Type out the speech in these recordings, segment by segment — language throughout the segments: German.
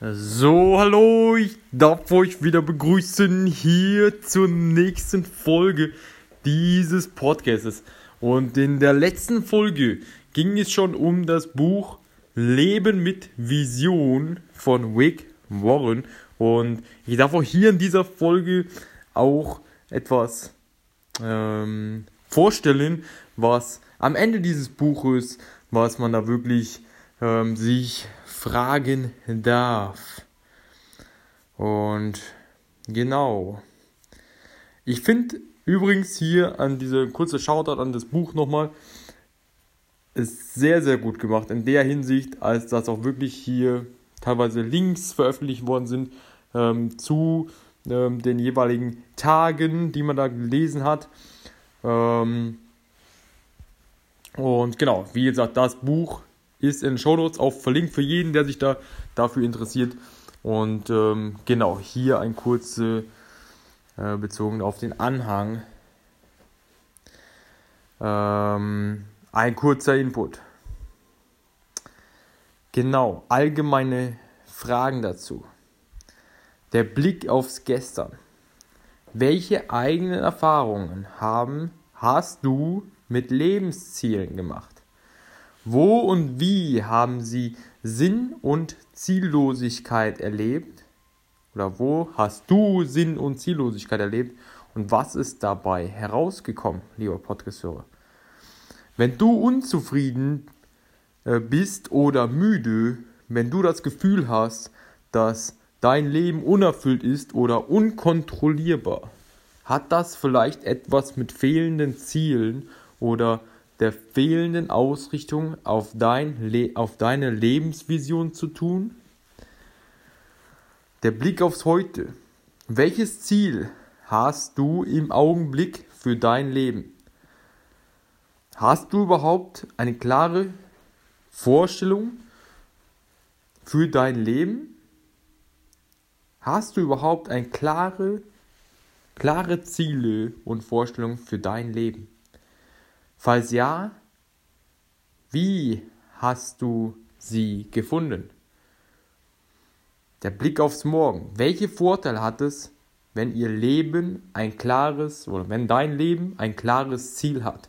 So, hallo, ich darf euch wieder begrüßen hier zur nächsten Folge dieses Podcasts. Und in der letzten Folge ging es schon um das Buch Leben mit Vision von Rick Warren. Und ich darf euch hier in dieser Folge auch etwas vorstellen, was am Ende dieses Buches, was man da wirklich sich fragen darf. Und genau. Ich finde übrigens hier an diese kurze Shoutout an das Buch nochmal, ist sehr, sehr gut gemacht in der Hinsicht, als dass auch wirklich hier teilweise Links veröffentlicht worden sind zu den jeweiligen Tagen, die man da gelesen hat. Und genau, wie gesagt, das Buch ist in den Shownotes auch verlinkt für jeden, der sich dafür interessiert. Und genau, hier ein kurze, bezogen auf den Anhang, ein kurzer Input. Genau, allgemeine Fragen dazu. Der Blick aufs Gestern. Welche eigenen Erfahrungen hast du mit Lebenszielen gemacht? Wo und wie haben sie Sinn und Ziellosigkeit erlebt? Oder wo hast du Sinn und Ziellosigkeit erlebt? Und was ist dabei herausgekommen, lieber Podcast-Hörer? Wenn du unzufrieden bist oder müde, wenn du das Gefühl hast, dass dein Leben unerfüllt ist oder unkontrollierbar, hat das vielleicht etwas mit fehlenden Zielen oder der fehlenden Ausrichtung auf deine Lebensvision zu tun? Der Blick aufs Heute. Welches Ziel hast du im Augenblick für dein Leben? Hast du überhaupt eine klare Vorstellung für dein Leben? Hast du überhaupt eine klare Ziele und Vorstellungen für dein Leben? Falls ja, wie hast du sie gefunden? Der Blick aufs Morgen. Welche Vorteile hat es, wenn dein Leben ein klares Ziel hat?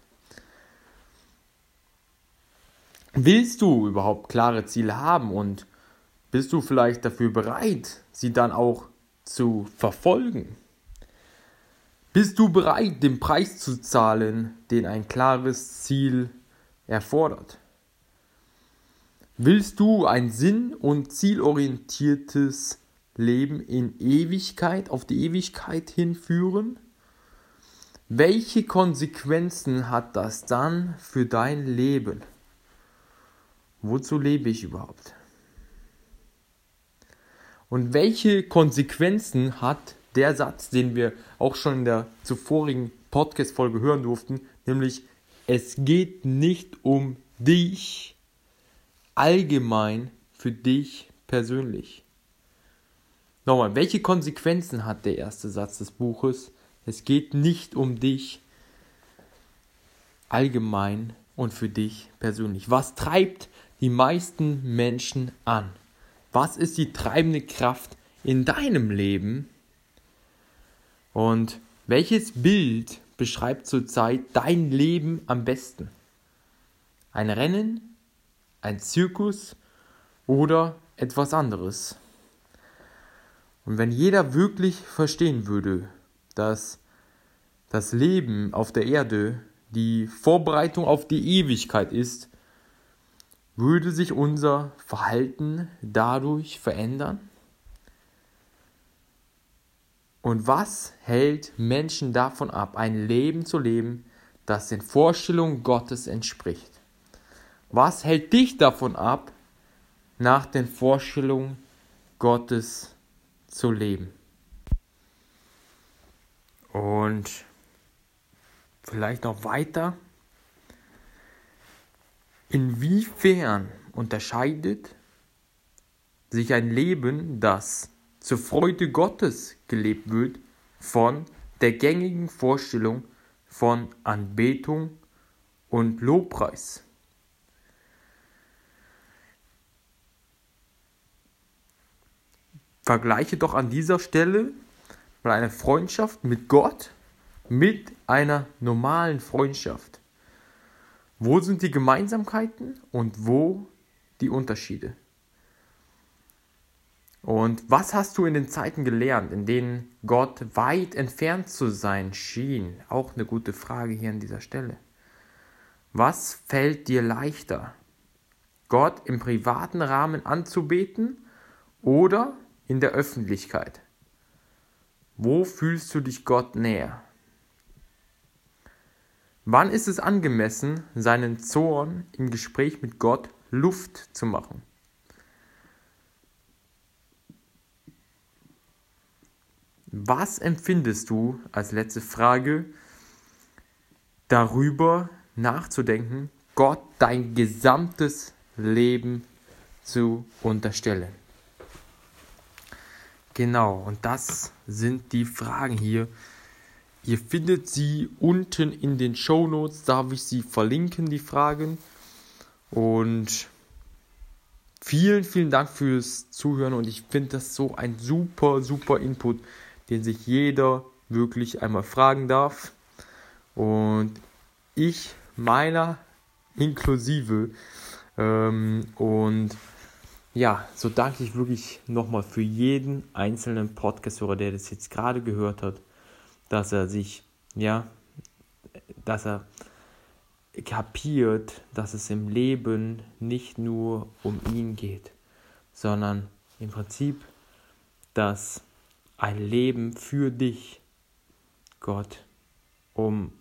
Willst du überhaupt klare Ziele haben und bist du vielleicht dafür bereit, sie dann auch zu verfolgen? Bist du bereit, den Preis zu zahlen, den ein klares Ziel erfordert? Willst du ein sinn- und zielorientiertes Leben auf die Ewigkeit hinführen? Welche Konsequenzen hat das dann für dein Leben? Wozu lebe ich überhaupt? Und welche Konsequenzen hat der Satz, den wir auch schon in der zuvorigen Podcast-Folge hören durften, nämlich: Es geht nicht um dich allgemein, für dich persönlich. Nochmal, welche Konsequenzen hat der erste Satz des Buches? Es geht nicht um dich allgemein und für dich persönlich. Was treibt die meisten Menschen an? Was ist die treibende Kraft in deinem Leben? Und welches Bild beschreibt zurzeit dein Leben am besten? Ein Rennen, ein Zirkus oder etwas anderes? Und wenn jeder wirklich verstehen würde, dass das Leben auf der Erde die Vorbereitung auf die Ewigkeit ist, würde sich unser Verhalten dadurch verändern? Und was hält Menschen davon ab, ein Leben zu leben, das den Vorstellungen Gottes entspricht? Was hält dich davon ab, nach den Vorstellungen Gottes zu leben? Und vielleicht noch weiter. Inwiefern unterscheidet sich ein Leben, das zur Freude Gottes gelebt wird, von der gängigen Vorstellung von Anbetung und Lobpreis? vergleiche doch an dieser Stelle mal eine Freundschaft mit Gott mit einer normalen Freundschaft. Wo sind die Gemeinsamkeiten und wo die Unterschiede? Und was hast du in den Zeiten gelernt, in denen Gott weit entfernt zu sein schien? Auch eine gute Frage hier an dieser Stelle. Was fällt dir leichter? Gott im privaten Rahmen anzubeten oder in der Öffentlichkeit? Wo fühlst du dich Gott näher? Wann ist es angemessen, seinen Zorn im Gespräch mit Gott Luft zu machen? Was empfindest du, als letzte Frage, darüber nachzudenken, Gott dein gesamtes Leben zu unterstellen? Genau, und das sind die Fragen hier. Ihr findet sie unten in den Shownotes, darf ich sie verlinken, die Fragen. Und vielen, vielen Dank fürs Zuhören und ich finde das so ein super, super Input, den sich jeder wirklich einmal fragen darf. Und ich, meiner inklusive. Und ja, so danke ich wirklich nochmal für jeden einzelnen Podcast-Hörer, der das jetzt gerade gehört hat, dass er kapiert, dass es im Leben nicht nur um ihn geht, sondern im Prinzip, dass ein Leben für dich, Gott, um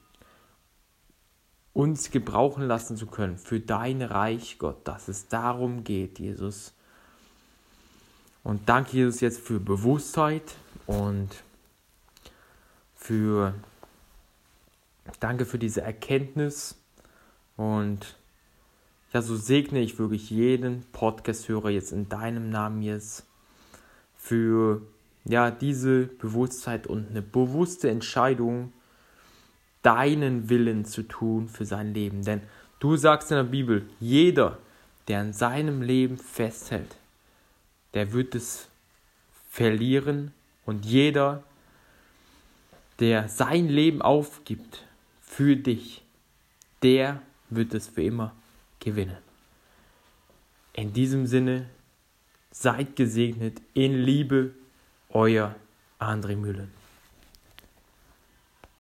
uns gebrauchen lassen zu können, für dein Reich, Gott, dass es darum geht, Jesus. Und danke, Jesus, jetzt für Bewusstheit und danke für diese Erkenntnis. Und ja, so segne ich wirklich jeden Podcast-Hörer jetzt in deinem Namen jetzt für diese Bewusstheit und eine bewusste Entscheidung, deinen Willen zu tun für sein Leben. Denn du sagst in der Bibel, jeder, der an seinem Leben festhält, der wird es verlieren. Und jeder, der sein Leben aufgibt für dich, der wird es für immer gewinnen. In diesem Sinne, seid gesegnet in Liebe, euer André Mühlen.